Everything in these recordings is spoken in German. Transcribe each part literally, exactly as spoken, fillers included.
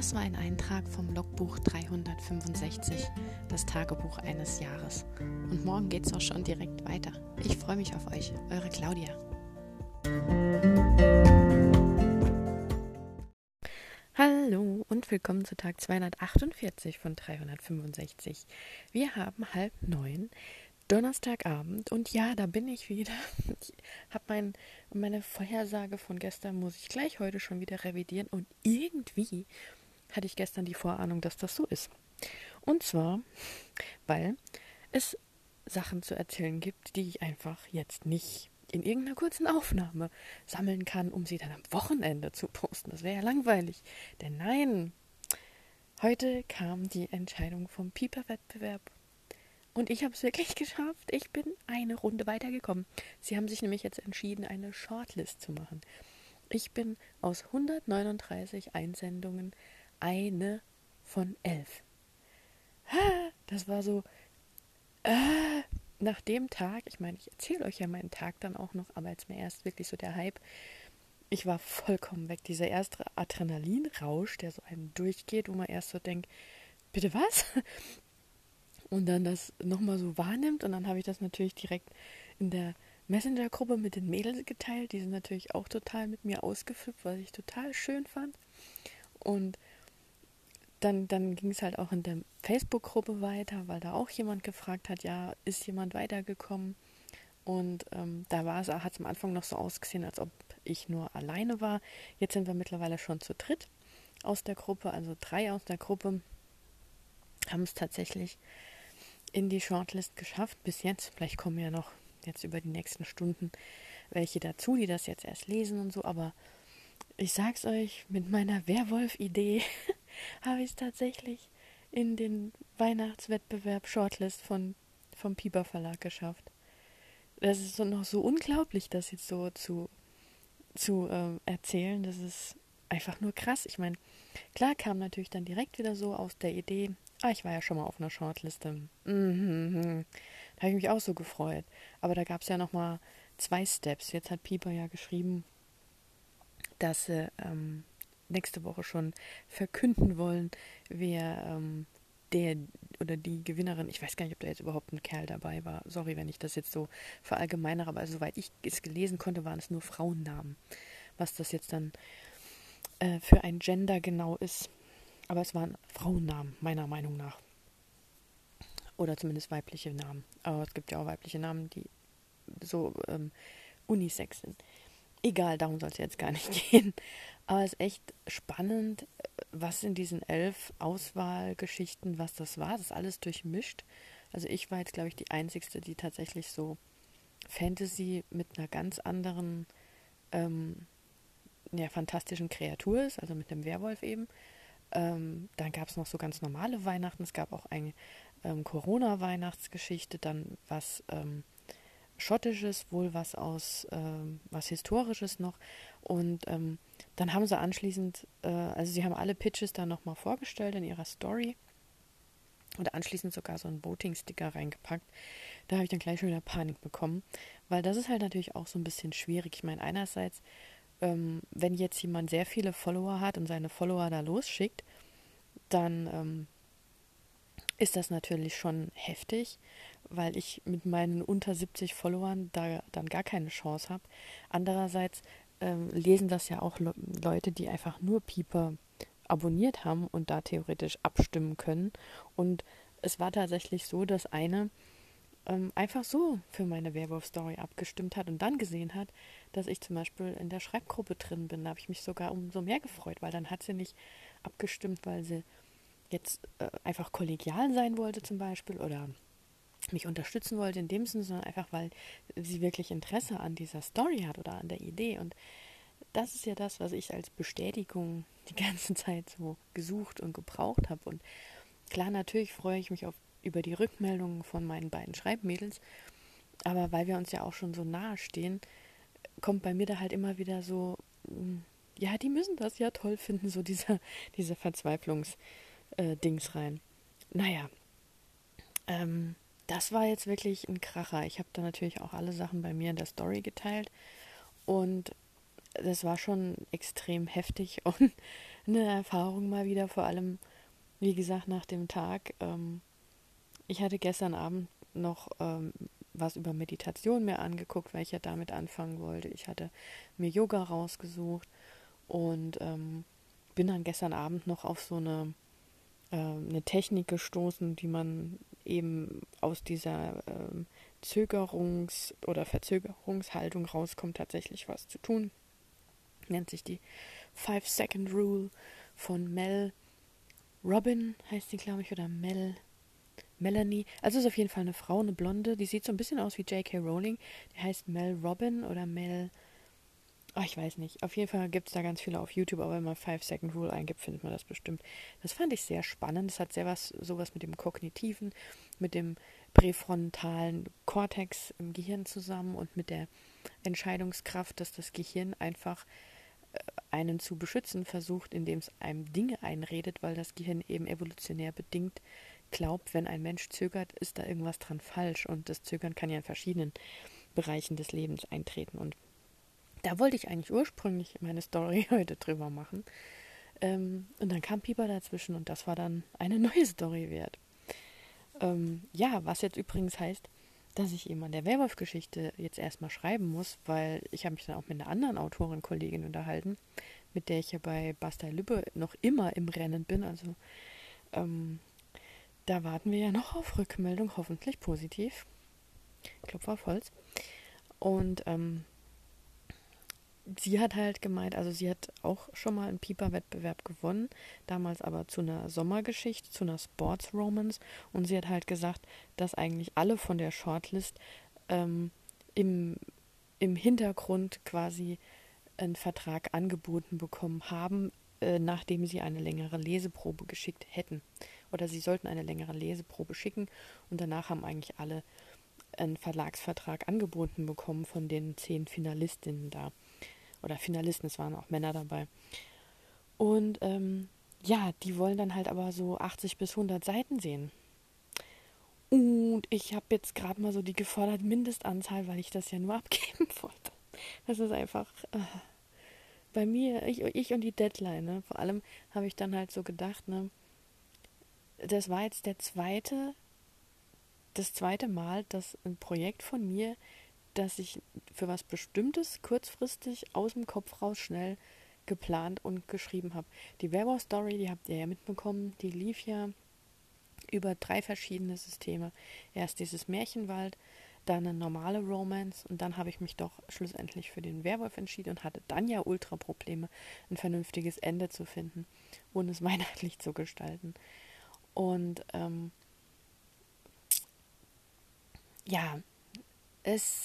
Das war ein Eintrag vom Logbuch dreihundertfünfundsechzig, das Tagebuch eines Jahres. Und morgen geht's auch schon direkt weiter. Ich freue mich auf euch, eure Claudia. Hallo und willkommen zu Tag zweihundertachtundvierzig von dreihundertfünfundsechzig. Wir haben halb neun, Donnerstagabend, und ja, da bin ich wieder. Ich habe mein, meine Vorhersage von gestern, muss ich gleich heute schon wieder revidieren, und irgendwie hatte ich gestern die Vorahnung, dass das so ist. Und zwar, weil es Sachen zu erzählen gibt, die ich einfach jetzt nicht in irgendeiner kurzen Aufnahme sammeln kann, um sie dann am Wochenende zu posten. Das wäre ja langweilig. Denn nein, heute kam die Entscheidung vom Pieper-Wettbewerb. Und ich habe es wirklich geschafft. Ich bin eine Runde weitergekommen. Sie haben sich nämlich jetzt entschieden, eine Shortlist zu machen. Ich bin aus hundertneununddreißig Einsendungen eine von elf. Das war so, äh, nach dem Tag, ich meine, ich erzähle euch ja meinen Tag dann auch noch, aber jetzt mir erst wirklich so der Hype. Ich war vollkommen weg. Dieser erste Adrenalinrausch, der so einem durchgeht, wo man erst so denkt, bitte was? Und dann das nochmal so wahrnimmt, und dann habe ich das natürlich direkt in der Messenger-Gruppe mit den Mädels geteilt. Die sind natürlich auch total mit mir ausgeflippt, was ich total schön fand. Und dann, dann ging es halt auch in der Facebook-Gruppe weiter, weil da auch jemand gefragt hat, ja, ist jemand weitergekommen? Und ähm, da war es, hat es am Anfang noch so ausgesehen, als ob ich nur alleine war. Jetzt sind wir mittlerweile schon zu dritt aus der Gruppe, also drei aus der Gruppe haben es tatsächlich in die Shortlist geschafft bis jetzt. Vielleicht kommen ja noch jetzt über die nächsten Stunden welche dazu, die das jetzt erst lesen und so, aber ich sag's euch, mit meiner Werwolf-Idee habe ich es tatsächlich in den Weihnachtswettbewerb Shortlist von, vom Piper Verlag geschafft. Das ist so noch so unglaublich, das jetzt so zu, zu ähm, erzählen. Das ist einfach nur krass. Ich meine, klar kam natürlich dann direkt wieder so aus der Idee, ah, ich war ja schon mal auf einer Shortliste. Mhm, da habe ich mich auch so gefreut. Aber da gab es ja nochmal zwei Steps. Jetzt hat Piper ja geschrieben, dass sie ähm, nächste Woche schon verkünden wollen, wer ähm, der oder die Gewinnerin, ich weiß gar nicht, ob da jetzt überhaupt ein Kerl dabei war. Sorry, wenn ich das jetzt so verallgemeinere, aber also, soweit ich es gelesen konnte, waren es nur Frauennamen. Was das jetzt dann äh, für ein Gender genau ist. Aber es waren Frauennamen, meiner Meinung nach. Oder zumindest weibliche Namen. Aber es gibt ja auch weibliche Namen, die so ähm, unisex sind. Egal, darum soll es jetzt gar nicht gehen. Aber es ist echt spannend, was in diesen elf Auswahlgeschichten, was das war. Das ist alles durchmischt. Also ich war jetzt, glaube ich, die Einzigste, die tatsächlich so Fantasy mit einer ganz anderen ähm, ja, fantastischen Kreatur ist, also mit dem Werwolf eben. Ähm, dann gab es noch so ganz normale Weihnachten. Es gab auch eine ähm, Corona-Weihnachtsgeschichte, dann was ähm, Schottisches, wohl was aus, ähm, was Historisches noch. Und ähm, dann haben sie anschließend, äh, also sie haben alle Pitches dann nochmal vorgestellt in ihrer Story und anschließend sogar so einen Voting-Sticker reingepackt. Da habe ich dann gleich schon wieder Panik bekommen, weil das ist halt natürlich auch so ein bisschen schwierig. Ich meine, einerseits, ähm, wenn jetzt jemand sehr viele Follower hat und seine Follower da losschickt, dann ähm, ist das natürlich schon heftig, weil ich mit meinen unter siebzig Followern da dann gar keine Chance habe. Andererseits ähm, lesen das ja auch Le- Leute, die einfach nur Piper abonniert haben und da theoretisch abstimmen können. Und es war tatsächlich so, dass eine ähm, einfach so für meine Werwolf-Story abgestimmt hat und dann gesehen hat, dass ich zum Beispiel in der Schreibgruppe drin bin. Da habe ich mich sogar umso mehr gefreut, weil dann hat sie nicht abgestimmt, weil sie jetzt äh, einfach kollegial sein wollte zum Beispiel oder mich unterstützen wollte in dem Sinne, sondern einfach, weil sie wirklich Interesse an dieser Story hat oder an der Idee. Und das ist ja das, was ich als Bestätigung die ganze Zeit so gesucht und gebraucht habe. Und klar, natürlich freue ich mich auf, über die Rückmeldungen von meinen beiden Schreibmädels, aber weil wir uns ja auch schon so nahe stehen, kommt bei mir da halt immer wieder so, ja, die müssen das ja toll finden, so dieser, dieser Verzweiflungs- äh, Dings rein. Naja, ähm, das war jetzt wirklich ein Kracher. Ich habe da natürlich auch alle Sachen bei mir in der Story geteilt und das war schon extrem heftig und eine Erfahrung mal wieder, vor allem, wie gesagt, nach dem Tag. Ähm, ich hatte gestern Abend noch ähm, was über Meditation mir angeguckt, weil ich ja damit anfangen wollte. Ich hatte mir Yoga rausgesucht und ähm, bin dann gestern Abend noch auf so eine, äh, eine Technik gestoßen, die man eben aus dieser ähm, Zögerungs- oder Verzögerungshaltung rauskommt, tatsächlich was zu tun. Nennt sich die Five-Second-Rule von Mel Robin, heißt die, glaube ich, oder Mel Melanie. Also ist auf jeden Fall eine Frau, eine Blonde, die sieht so ein bisschen aus wie J K. Rowling. Die heißt Mel Robin oder Mel. Ach, ich weiß nicht. Auf jeden Fall gibt es da ganz viele auf YouTube, aber wenn man Five-Second-Rule eingibt, findet man das bestimmt. Das fand ich sehr spannend. Das hat sehr was, sowas mit dem Kognitiven, mit dem präfrontalen Kortex im Gehirn zusammen und mit der Entscheidungskraft, dass das Gehirn einfach einen zu beschützen versucht, indem es einem Dinge einredet, weil das Gehirn eben evolutionär bedingt glaubt, wenn ein Mensch zögert, ist da irgendwas dran falsch. Und das Zögern kann ja in verschiedenen Bereichen des Lebens eintreten. Und da wollte ich eigentlich ursprünglich meine Story heute drüber machen. Ähm, und dann kam Pieper dazwischen und das war dann eine neue Story wert. Ähm, ja, was jetzt übrigens heißt, dass ich eben an der Werwolf-Geschichte jetzt erstmal schreiben muss, weil ich habe mich dann auch mit einer anderen Autorin, Kollegin unterhalten, mit der ich ja bei Bastei Lübbe noch immer im Rennen bin. Also ähm, da warten wir ja noch auf Rückmeldung, hoffentlich positiv. Klopf auf Holz. Und ähm, sie hat halt gemeint, also sie hat auch schon mal einen Pieper-Wettbewerb gewonnen, damals aber zu einer Sommergeschichte, zu einer Sports Romance. Und sie hat halt gesagt, dass eigentlich alle von der Shortlist ähm, im, im Hintergrund quasi einen Vertrag angeboten bekommen haben, äh, nachdem sie eine längere Leseprobe geschickt hätten. Oder sie sollten eine längere Leseprobe schicken und danach haben eigentlich alle einen Verlagsvertrag angeboten bekommen von den zehn Finalistinnen da. Oder Finalisten, es waren auch Männer dabei. Und ähm, ja, die wollen dann halt aber so achtzig bis hundert Seiten sehen. Und ich habe jetzt gerade mal so die geforderte Mindestanzahl, weil ich das ja nur abgeben wollte. Das ist einfach äh, bei mir, ich, ich und die Deadline. Ne? Vor allem habe ich dann halt so gedacht, ne, das war jetzt der zweite, das zweite Mal, dass ein Projekt von mir, das ich für was Bestimmtes kurzfristig aus dem Kopf raus schnell geplant und geschrieben habe. Die Werwolf-Story, die habt ihr ja mitbekommen, die lief ja über drei verschiedene Systeme. Erst dieses Märchenwald, dann eine normale Romance und dann habe ich mich doch schlussendlich für den Werwolf entschieden und hatte dann ja ultra Probleme, ein vernünftiges Ende zu finden und es weihnachtlich zu gestalten. Und ähm, ja, es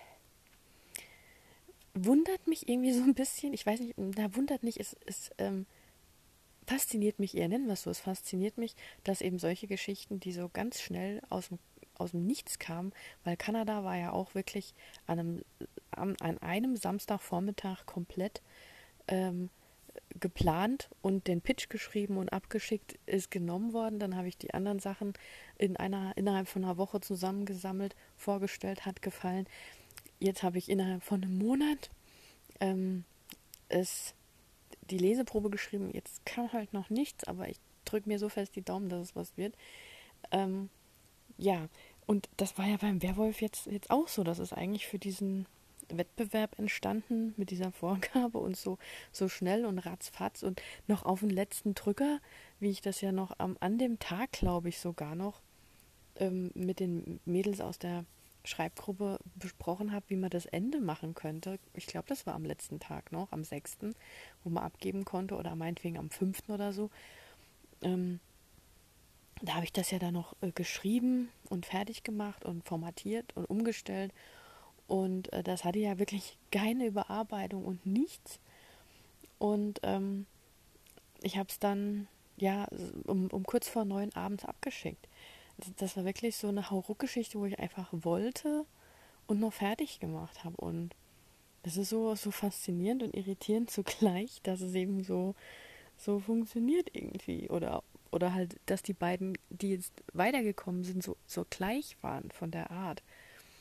wundert mich irgendwie so ein bisschen, ich weiß nicht, da wundert nicht, es, es ähm, fasziniert mich eher, nennen wir es so, es fasziniert mich, dass eben solche Geschichten, die so ganz schnell aus dem, aus dem Nichts kamen, weil Kanada war ja auch wirklich an einem, an, an einem Samstagvormittag komplett ähm, geplant und den Pitch geschrieben und abgeschickt, ist genommen worden. Dann habe ich die anderen Sachen in einer, innerhalb von einer Woche zusammengesammelt, vorgestellt, hat gefallen. Jetzt habe ich innerhalb von einem Monat ähm, es die Leseprobe geschrieben. Jetzt kam halt noch nichts, aber ich drücke mir so fest die Daumen, dass es was wird. Ähm, ja, und das war ja beim Werwolf jetzt, jetzt auch so. Das ist eigentlich für diesen Wettbewerb entstanden mit dieser Vorgabe und so, so schnell und ratzfatz und noch auf den letzten Drücker, wie ich das ja noch am, an dem Tag, glaube ich, sogar noch ähm, mit den Mädels aus der Schreibgruppe besprochen habe, wie man das Ende machen könnte. Ich glaube, das war am letzten Tag noch, am sechsten, wo man abgeben konnte oder meinetwegen am fünften oder so. Ähm, da habe ich das ja dann noch äh, geschrieben und fertig gemacht und formatiert und umgestellt. Und äh, das hatte ja wirklich keine Überarbeitung und nichts. Und ähm, ich habe es dann ja um, um kurz vor neun abends abgeschickt. Das, das war wirklich so eine Hauruck-Geschichte, wo ich einfach wollte und noch fertig gemacht habe. Und das ist so, so faszinierend und irritierend zugleich, dass es eben so, so funktioniert irgendwie. Oder, oder halt, dass die beiden, die jetzt weitergekommen sind, so, so gleich waren von der Art.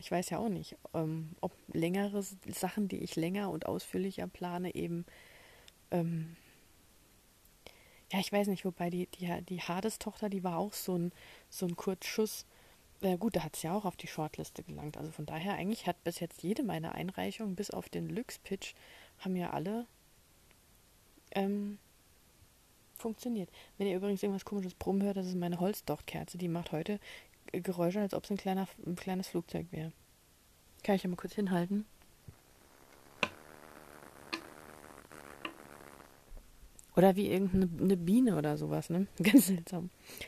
ich weiß ja auch nicht, ähm, ob längere S- Sachen, die ich länger und ausführlicher plane, eben, ähm, ja, ich weiß nicht, wobei die, die, die Hades-Tochter, die war auch so ein, so ein Kurzschuss. Äh, gut, da hat es ja auch auf die Shortliste gelangt. Also von daher, eigentlich hat bis jetzt jede meiner Einreichungen, bis auf den Lux-Pitch, haben ja alle ähm, funktioniert. Wenn ihr übrigens irgendwas komisches Brummen hört, das ist meine Holzdochtkerze. Die macht heute äh, Geräusche, als ob es ein, kleiner, ein kleines Flugzeug wäre. Kann ich ja mal kurz hinhalten. Oder wie irgendeine eine Biene oder sowas, ne? Ganz seltsam.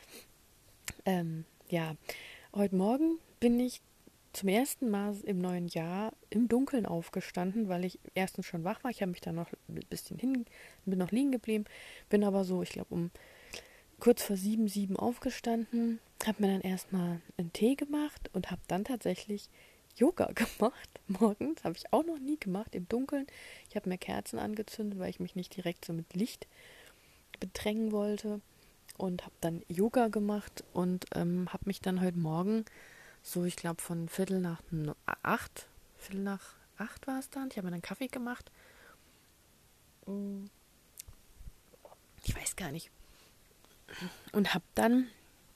Ähm, ja, heute Morgen bin ich zum ersten Mal im neuen Jahr im Dunkeln aufgestanden, weil ich erstens schon wach war. Ich habe mich dann noch ein bisschen hin, bin noch liegen geblieben, bin aber so, ich glaube, um kurz vor sieben, sieben aufgestanden, habe mir dann erstmal einen Tee gemacht und habe dann tatsächlich Yoga gemacht. Morgens habe ich auch noch nie gemacht, im Dunkeln. Ich habe mir Kerzen angezündet, weil ich mich nicht direkt so mit Licht bedrängen wollte und habe dann Yoga gemacht und ähm, habe mich dann heute Morgen so, ich glaube, von Viertel nach no- acht, Viertel nach acht war es dann. Ich habe mir dann Kaffee gemacht. Mm, Ich weiß gar nicht. Und habe dann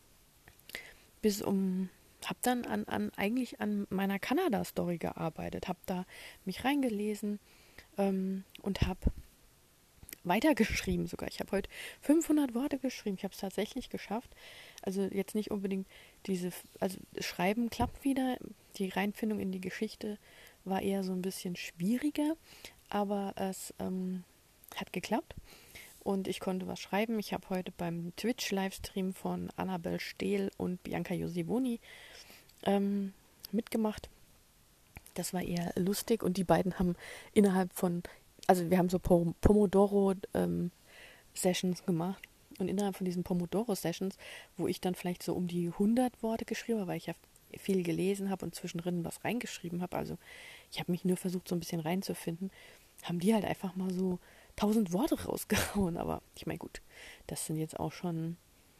bis um, habe dann an, an, eigentlich an meiner Kanada-Story gearbeitet. Habe da mich reingelesen ähm, und habe weitergeschrieben sogar. Ich habe heute fünfhundert Worte geschrieben. Ich habe es tatsächlich geschafft. Also jetzt nicht unbedingt diese, also Schreiben klappt wieder. Die Reinfindung in die Geschichte war eher so ein bisschen schwieriger, aber es ähm, hat geklappt und ich konnte was schreiben. Ich habe heute beim Twitch-Livestream von Annabel Stehl und Bianca Josivoni ähm, mitgemacht. Das war eher lustig und die beiden haben innerhalb von, also wir haben so Pomodoro ähm, Sessions gemacht. Und innerhalb von diesen Pomodoro-Sessions, wo ich dann vielleicht so um die hundert Worte geschrieben habe, weil ich ja viel gelesen habe und zwischendrin was reingeschrieben habe, also ich habe mich nur versucht, so ein bisschen reinzufinden, haben die halt einfach mal so tausend Worte rausgehauen. Aber ich meine, gut, das sind jetzt auch schon,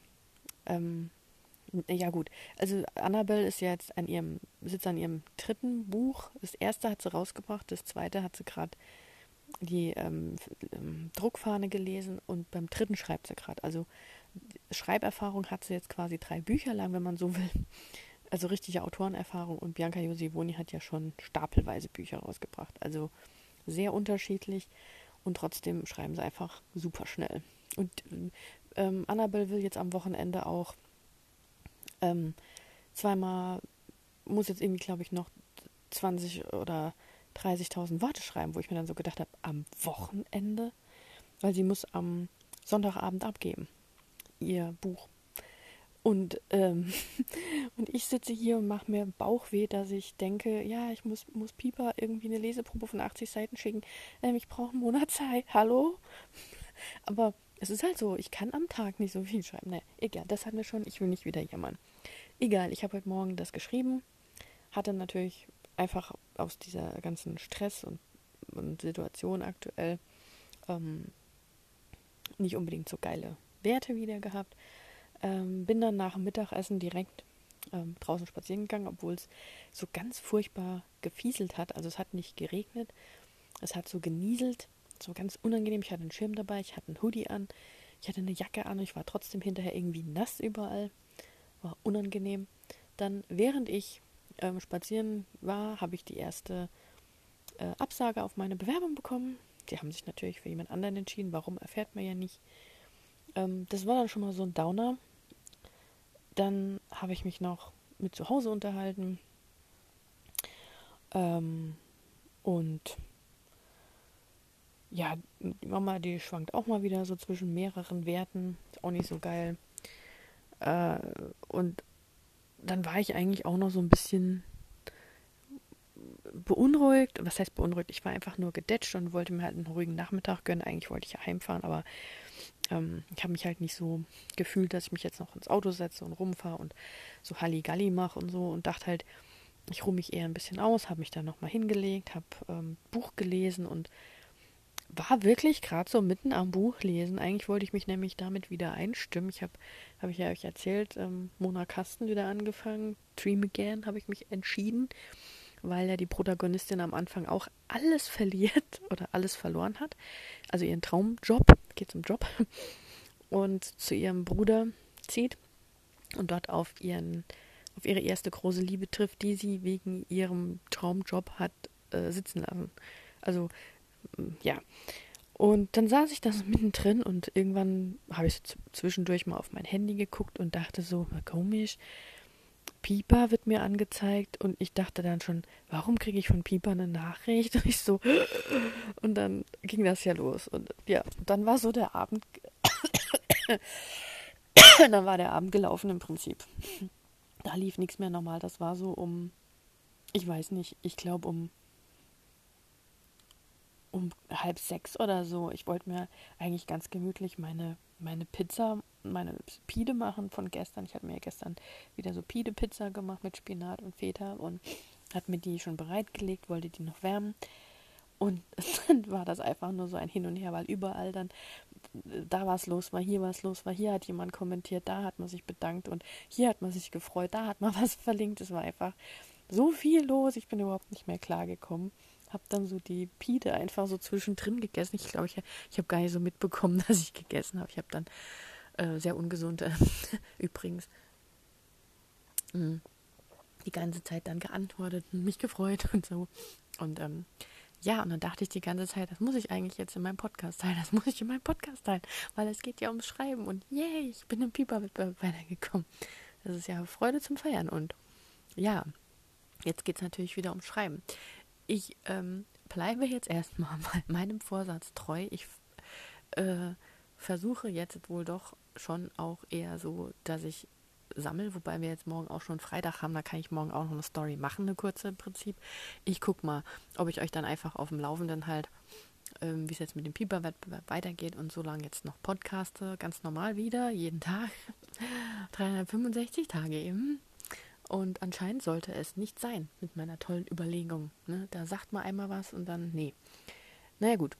ähm, ja gut. Also Annabelle ist ja jetzt an ihrem, sitzt an ihrem dritten Buch. Das erste hat sie rausgebracht, das zweite hat sie gerade die ähm, ähm, Druckfahne gelesen und beim dritten schreibt sie gerade. Also Schreiberfahrung hat sie jetzt quasi drei Bücher lang, wenn man so will. Also richtige Autorenerfahrung und Bianca Josivoni hat ja schon stapelweise Bücher rausgebracht. Also sehr unterschiedlich und trotzdem schreiben sie einfach super schnell. Und ähm, Annabelle will jetzt am Wochenende auch ähm, zweimal, muss jetzt irgendwie, glaube ich, noch zwanzig oder dreißigtausend Worte schreiben, wo ich mir dann so gedacht habe, am Wochenende? Weil sie muss am Sonntagabend abgeben, ihr Buch. Und, ähm, und ich sitze hier und mache mir Bauchweh, dass ich denke, ja, ich muss, muss Pieper irgendwie eine Leseprobe von achtzig Seiten schicken. Ähm, ich brauche einen Monat Zeit. Hallo? Aber es ist halt so, ich kann am Tag nicht so viel schreiben. Ne, egal, das hatten wir schon. Ich will nicht wieder jammern. Egal, ich habe heute Morgen das geschrieben. Hatte natürlich einfach aus dieser ganzen Stress und, und Situation aktuell ähm, nicht unbedingt so geile Werte wieder gehabt. Ähm, bin dann nach dem Mittagessen direkt ähm, draußen spazieren gegangen, obwohl es so ganz furchtbar gefieselt hat. Also es hat nicht geregnet, es hat so genieselt, so ganz unangenehm. Ich hatte einen Schirm dabei, ich hatte einen Hoodie an, ich hatte eine Jacke an und ich war trotzdem hinterher irgendwie nass überall. War unangenehm. Dann, während ich ähm, spazieren war, habe ich die erste äh, Absage auf meine Bewerbung bekommen. Die haben sich natürlich für jemand anderen entschieden. Warum, erfährt man ja nicht. Ähm, das war dann schon mal so ein Downer. Dann habe ich mich noch mit zu Hause unterhalten. Ähm, und ja, die Mama, die schwankt auch mal wieder so zwischen mehreren Werten. Ist auch nicht so geil. Äh, und dann war ich eigentlich auch noch so ein bisschen beunruhigt. Was heißt beunruhigt? Ich war einfach nur gedetscht und wollte mir halt einen ruhigen Nachmittag gönnen. Eigentlich wollte ich ja heimfahren, aber ähm, ich habe mich halt nicht so gefühlt, dass ich mich jetzt noch ins Auto setze und rumfahre und so Halligalli mache und so und dachte halt, ich ruhe mich eher ein bisschen aus, habe mich dann nochmal hingelegt, habe ähm, Buch gelesen und war wirklich gerade so mitten am Buch lesen. Eigentlich wollte ich mich nämlich damit wieder einstimmen. Ich habe, habe ich ja euch erzählt, ähm, Mona Kasten wieder angefangen. Dream Again habe ich mich entschieden, weil ja die Protagonistin am Anfang auch alles verliert oder alles verloren hat. Also ihren Traumjob, geht zum Job, und zu ihrem Bruder zieht und dort auf ihren, auf ihre erste große Liebe trifft, die sie wegen ihrem Traumjob hat äh, sitzen lassen. Also ja. Und dann saß ich da so mittendrin und irgendwann habe ich so zwischendurch mal auf mein Handy geguckt und dachte so, komisch, Pieper wird mir angezeigt und ich dachte dann schon, warum kriege ich von Pieper eine Nachricht? Und ich so, und dann ging das ja los. Und ja, dann war so der Abend, dann war der Abend gelaufen im Prinzip. Da lief nichts mehr normal. Das war so um, ich weiß nicht, ich glaube um um halb sechs oder so. Ich wollte mir eigentlich ganz gemütlich meine, meine Pizza, meine Pide machen von gestern. Ich hatte mir ja gestern wieder so Pide-Pizza gemacht mit Spinat und Feta und hat mir die schon bereitgelegt, wollte die noch wärmen. Und dann war das einfach nur so ein Hin und Her, weil überall dann, da war es los, war hier was los, war hier hat jemand kommentiert, da hat man sich bedankt und hier hat man sich gefreut, da hat man was verlinkt. Es war einfach so viel los, ich bin überhaupt nicht mehr klargekommen. Hab dann so die Pide einfach so zwischendrin gegessen. Ich glaube, ich, ich habe gar nicht so mitbekommen, dass ich gegessen habe. Ich habe dann äh, sehr ungesund äh, übrigens mh, die ganze Zeit dann geantwortet und mich gefreut und so. Und ähm, ja, und dann dachte ich die ganze Zeit, das muss ich eigentlich jetzt in meinem Podcast teilen, das muss ich in meinem Podcast teilen, weil es geht ja ums Schreiben und yay, ich bin im Pieper-Wettbewerb weitergekommen. Das ist ja Freude zum Feiern und ja, jetzt geht es natürlich wieder ums Schreiben. Ich ähm, bleibe jetzt erstmal meinem Vorsatz treu. Ich äh, versuche jetzt wohl doch schon auch eher so, dass ich sammle, wobei wir jetzt morgen auch schon Freitag haben, da kann ich morgen auch noch eine Story machen, eine kurze im Prinzip. Ich gucke mal, ob ich euch dann einfach auf dem Laufenden halt, ähm, wie es jetzt mit dem Pieper-Wettbewerb weitergeht und so lange jetzt noch podcaste, ganz normal wieder, jeden Tag, dreihundertfünfundsechzig Tage eben. Und anscheinend sollte es nicht sein mit meiner tollen Überlegung. Ne? Da sagt man einmal was und dann, nee. Naja gut.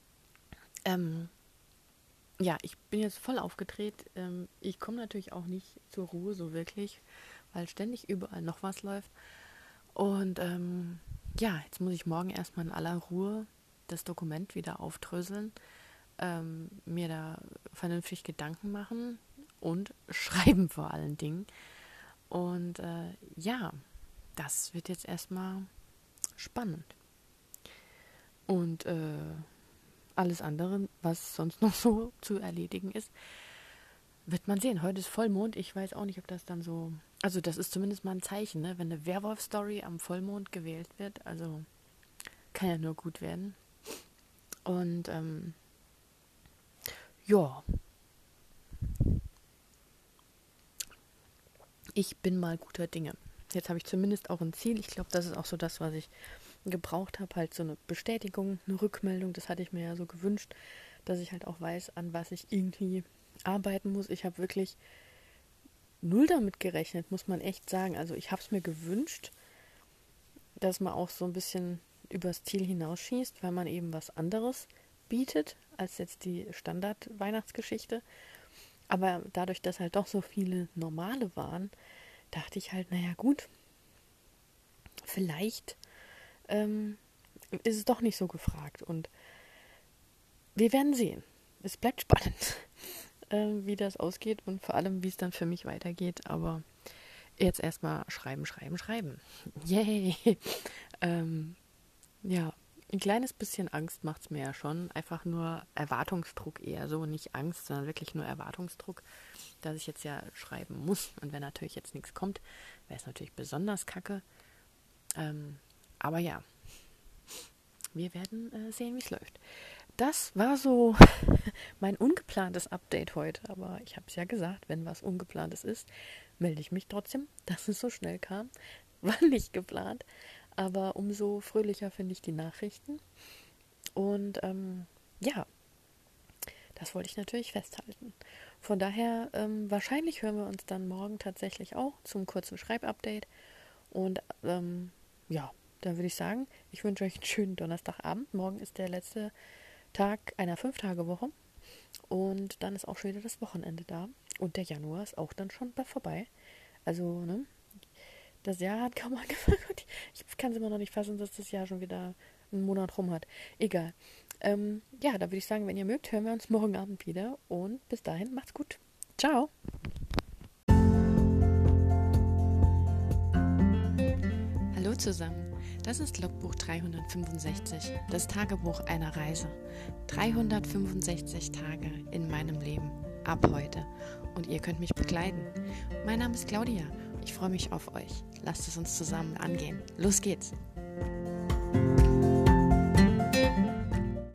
Ähm, ja, ich bin jetzt voll aufgedreht. Ähm, ich komme natürlich auch nicht zur Ruhe so wirklich, weil ständig überall noch was läuft. Und ähm, ja, jetzt muss ich morgen erstmal in aller Ruhe das Dokument wieder aufdröseln, ähm, mir da vernünftig Gedanken machen und schreiben vor allen Dingen. Und äh, ja, das wird jetzt erstmal spannend. Und äh, alles andere, was sonst noch so zu erledigen ist, wird man sehen. Heute ist Vollmond. Ich weiß auch nicht, ob das dann so... Also das ist zumindest mal ein Zeichen, ne? Wenn eine Werwolf-Story am Vollmond gewählt wird. Also kann ja nur gut werden. Und ähm, ja, ich bin mal guter Dinge. Jetzt habe ich zumindest auch ein Ziel. Ich glaube, das ist auch so das, was ich gebraucht habe. Halt so eine Bestätigung, eine Rückmeldung. Das hatte ich mir ja so gewünscht, dass ich halt auch weiß, an was ich irgendwie arbeiten muss. Ich habe wirklich null damit gerechnet, muss man echt sagen. Also ich habe es mir gewünscht, dass man auch so ein bisschen übers Ziel hinausschießt, weil man eben was anderes bietet als jetzt die Standard-Weihnachtsgeschichte. Aber dadurch, dass halt doch so viele normale waren, dachte ich halt, naja gut, vielleicht ähm, ist es doch nicht so gefragt. Und wir werden sehen. Es bleibt spannend, äh, wie das ausgeht und vor allem, wie es dann für mich weitergeht. Aber jetzt erstmal schreiben, schreiben, schreiben. Yay! ähm, ja, ein kleines bisschen Angst macht es mir ja schon. Einfach nur Erwartungsdruck eher so. Nicht Angst, sondern wirklich nur Erwartungsdruck, dass ich jetzt ja schreiben muss. Und wenn natürlich jetzt nichts kommt, wäre es natürlich besonders kacke. Ähm, aber ja, wir werden äh, sehen, wie es läuft. Das war so mein ungeplantes Update heute. Aber ich habe es ja gesagt, wenn was Ungeplantes ist, melde ich mich trotzdem, dass es so schnell kam. War nicht geplant. Aber umso fröhlicher finde ich die Nachrichten. Und ähm, ja, das wollte ich natürlich festhalten. Von daher, ähm, wahrscheinlich hören wir uns dann morgen tatsächlich auch zum kurzen Schreibupdate. Und ähm, ja, dann würde ich sagen, ich wünsche euch einen schönen Donnerstagabend. Morgen ist der letzte Tag einer Fünf-Tage-Woche. Und dann ist auch schon wieder das Wochenende da. Und der Januar ist auch dann schon bald vorbei. Also, ne? Das Jahr hat kaum angefangen. Und ich kann es immer noch nicht fassen, dass das Jahr schon wieder einen Monat rum hat. Egal. Ähm, ja, da würde ich sagen, wenn ihr mögt, hören wir uns morgen Abend wieder. Und bis dahin, macht's gut. Ciao. Hallo zusammen. Das ist Logbuch dreihundertfünfundsechzig, das Tagebuch einer Reise. dreihundertfünfundsechzig Tage in meinem Leben, ab heute. Und ihr könnt mich begleiten. Mein Name ist Claudia. Ich freue mich auf euch. Lasst es uns zusammen angehen. Los geht's!